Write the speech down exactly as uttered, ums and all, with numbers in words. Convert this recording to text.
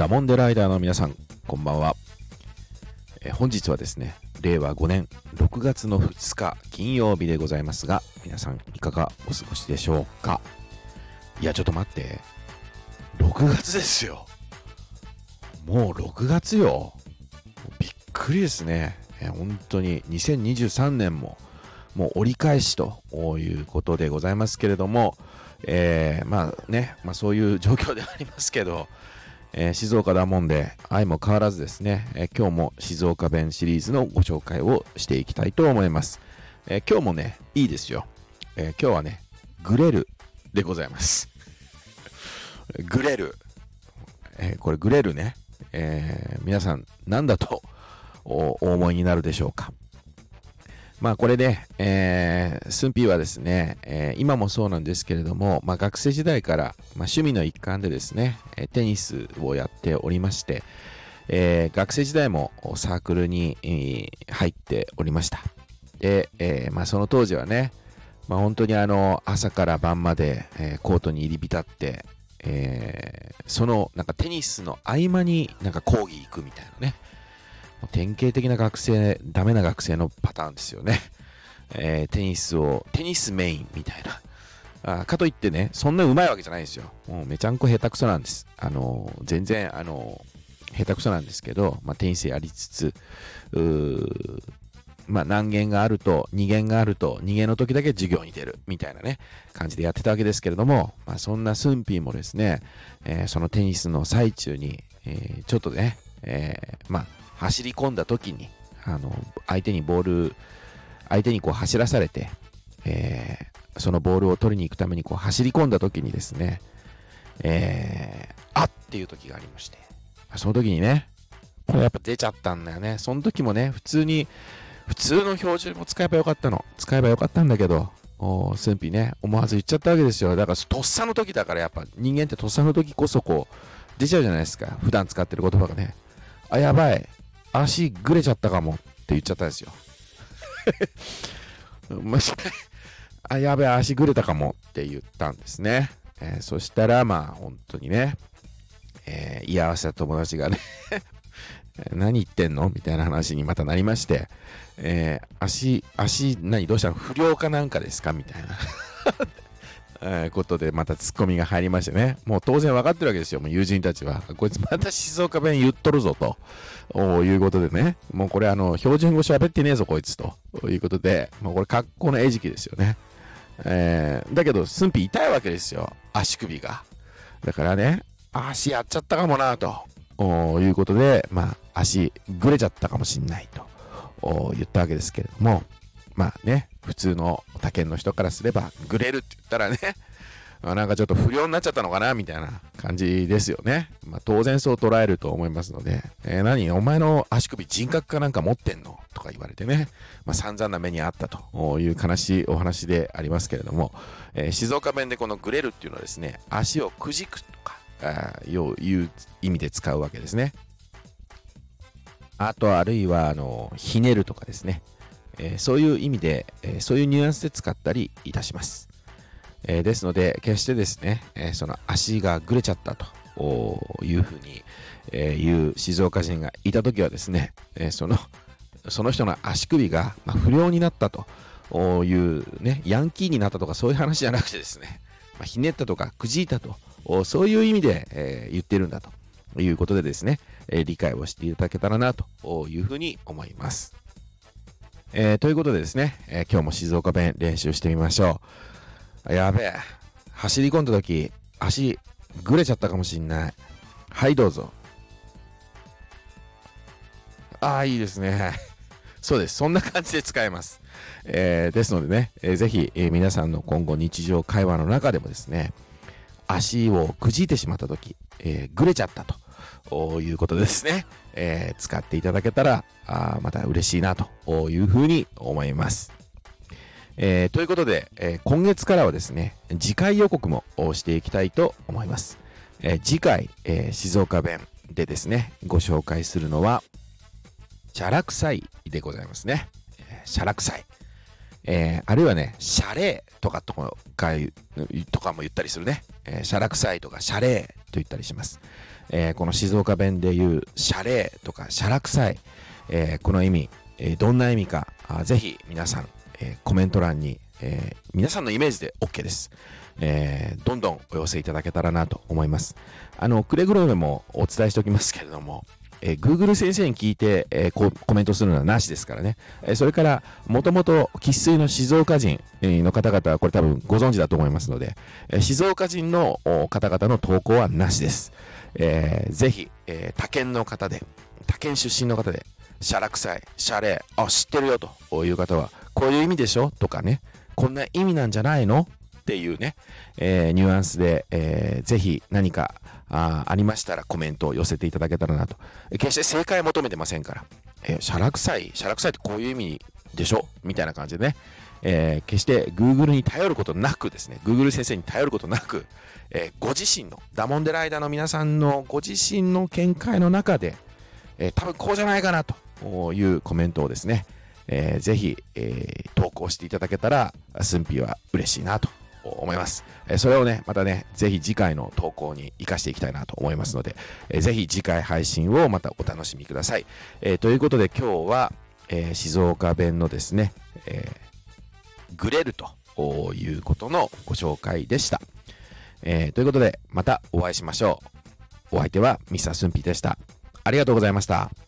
ダモンデライダーの皆さん、こんばんは。えー本日はですね、れいわごねんろくがつのふつか金曜日でございますが、皆さんいかがお過ごしでしょうか。いや、ちょっと待って。ろくがつですよ。もうろくがつよ。びっくりですね。えー本当ににせんにじゅうさんねんももう折り返しということでございますけれども、えーまあね、まあそういう状況でありますけど、えー静岡だもんで相も変わらずですね、えー今日も静岡弁シリーズのご紹介をしていきたいと思います。えー今日もね、いいですよ。えー今日はね、グレるでございます。グレる。えーこれグレるね。えー皆さん何だとおお思いになるでしょうか。まあこれで、えー、スンピーはですね、えー今もそうなんですけれども、まあ、学生時代から、まあ、趣味の一環でですね、えーテニスをやっておりまして、えー学生時代もサークルに、えー入っておりました。で、えーまあ、その当時はね、まあ、本当にあの朝から晩まで、えーコートに入り浸って、えーそのなんかテニスの合間になんか講義行くみたいなね、典型的な学生、ダメな学生のパターンですよね。えーテニスを、テニスメインみたいな。あかといってね、そんな上手いわけじゃないんですよ。もうめちゃんこ下手くそなんです。あのー全然、あのー下手くそなんですけど、まあ、テニスやりつつ、うーまあ、何弦があると、に弦があると、に弦の時だけ授業に出るみたいなね、感じでやってたわけですけれども、まあ、そんなスンピーもですね、えーそのテニスの最中に、えーちょっとね、えーまあ、走り込んだ時に、あの、相手にボール、相手にこう走らされて、えーそのボールを取りに行くためにこう走り込んだ時にですね、えーあっていう時がありまして、その時にね、これやっぱ出ちゃったんだよね。その時もね、普通に、普通の標準も使えばよかったの。使えばよかったんだけど、おースンピーね、思わず言っちゃったわけですよ。だから、とっさの時だから、やっぱ人間ってとっさの時こそこう、出ちゃうじゃないですか。普段使ってる言葉がね。あ、やばい。足ぐれちゃったかもって言っちゃったんですよ。まあ、やべえ、足ぐれたかもって言ったんですね。えーそしたら、まあ、本当にね、えー、居合わせた友達がね、何言ってんのみたいな話にまたなりまして、えー足、足、何、どうしたの不良かなんかですかみたいな。えーことでまたツッコミが入りましてね、もう当然分かってるわけですよ、もう友人たちは。こいつまた静岡弁言っとるぞとおいうことでね、もうこれあの標準語喋ってねえぞこいつということで、もうこれ格好の餌食ですよね。えーだけどスンピ痛いわけですよ、足首が。だからね、足やっちゃったかもなとおいうことで、まあ足ぐれちゃったかもしんないとお言ったわけですけれども、まあね、普通の他県の人からすれば、グレるって言ったらね、あなんかちょっと不良になっちゃったのかなみたいな感じですよね。まあ当然そう捉えると思いますので、えー何お前の足首人格かなんか持ってんのとか言われてね、まあ散々な目にあったという悲しいお話でありますけれども、えー静岡弁でこのグレるっていうのはですね、足をくじくとか、あーよういう意味で使うわけですね。あとあるいはあのひねるとかですね。えーそういう意味で、えーそういうニュアンスで使ったりいたします。えーですので、決してですね、えーその足がぐれちゃったというふうに、えー言う静岡人がいたときはですね、えーその、その人の足首が、まあ、不良になったというね、ヤンキーになったとかそういう話じゃなくてですね、まあ、ひねったとかくじいたと、おそういう意味で、えー言ってるんだということでですね、えー理解をしていただけたらなというふうに思います。えーということでですね、えー今日も静岡弁練習してみましょう。やべえ。走り込んだ時、足ぐれちゃったかもしんない。はい、どうぞ。ああ、いいですね。そうです。そんな感じで使えます。えーですのでね、えーぜひ、えー皆さんの今後日常会話の中でもですね、足をくじいてしまった時、えーぐれちゃったということでですね、えー使っていただけたら、あーまた嬉しいなというふうに思います。えーということで、えー今月からはですね、次回予告もしていきたいと思います。えー次回、えー静岡弁でですね、ご紹介するのは、シャラクサイでございますね。えーシャラクサイ。 えー、あるいはね、シャレーとかとかとかも言ったりするね。えー、シャラ臭いとかシャレーと言ったりします。えー、この静岡弁で言うシャレーとかシャラ臭い、えー、この意味、えー、どんな意味か、あぜひ皆さん、えー、コメント欄に、えー、皆さんのイメージで OK です。えー、どんどんお寄せいただけたらなと思います。あの、くれぐれもお伝えしておきますけれども、えー、Google 先生に聞いて、えー、コ, コメントするのはなしですからね。えー、それから、もともと生粋の静岡人の方々はこれ多分ご存知だと思いますので、えー、静岡人の方々の投稿はなしです。えー、ぜひ、えー、他県の方で、他県出身の方で、シャラ臭い、シャレ、あ、知ってるよという方は、こういう意味でしょとかね、こんな意味なんじゃないのっていうね、えー、ニュアンスで、えー、ぜひ何か あ, ありましたらコメントを寄せていただけたらなと。決して正解を求めてませんから、えー、シャラ臭い、シャラ臭いってこういう意味でしょみたいな感じでね、えー、決して Google に頼ることなくですね、Google 先生に頼ることなく、えー、ご自身の、ダモンデライダーの皆さんのご自身の見解の中で、えー、多分こうじゃないかなというコメントをですね、えー、ぜひ、えー、投稿していただけたら、スンピーは嬉しいなと思います。それをね、またね、ぜひ次回の投稿に活かしていきたいなと思いますので、ぜひ次回配信をまたお楽しみください。えー、ということで今日は、えー、静岡弁のですね、えー、グレるということのご紹介でした。えー、ということでまたお会いしましょう。お相手はミスタースンピーでした。ありがとうございました。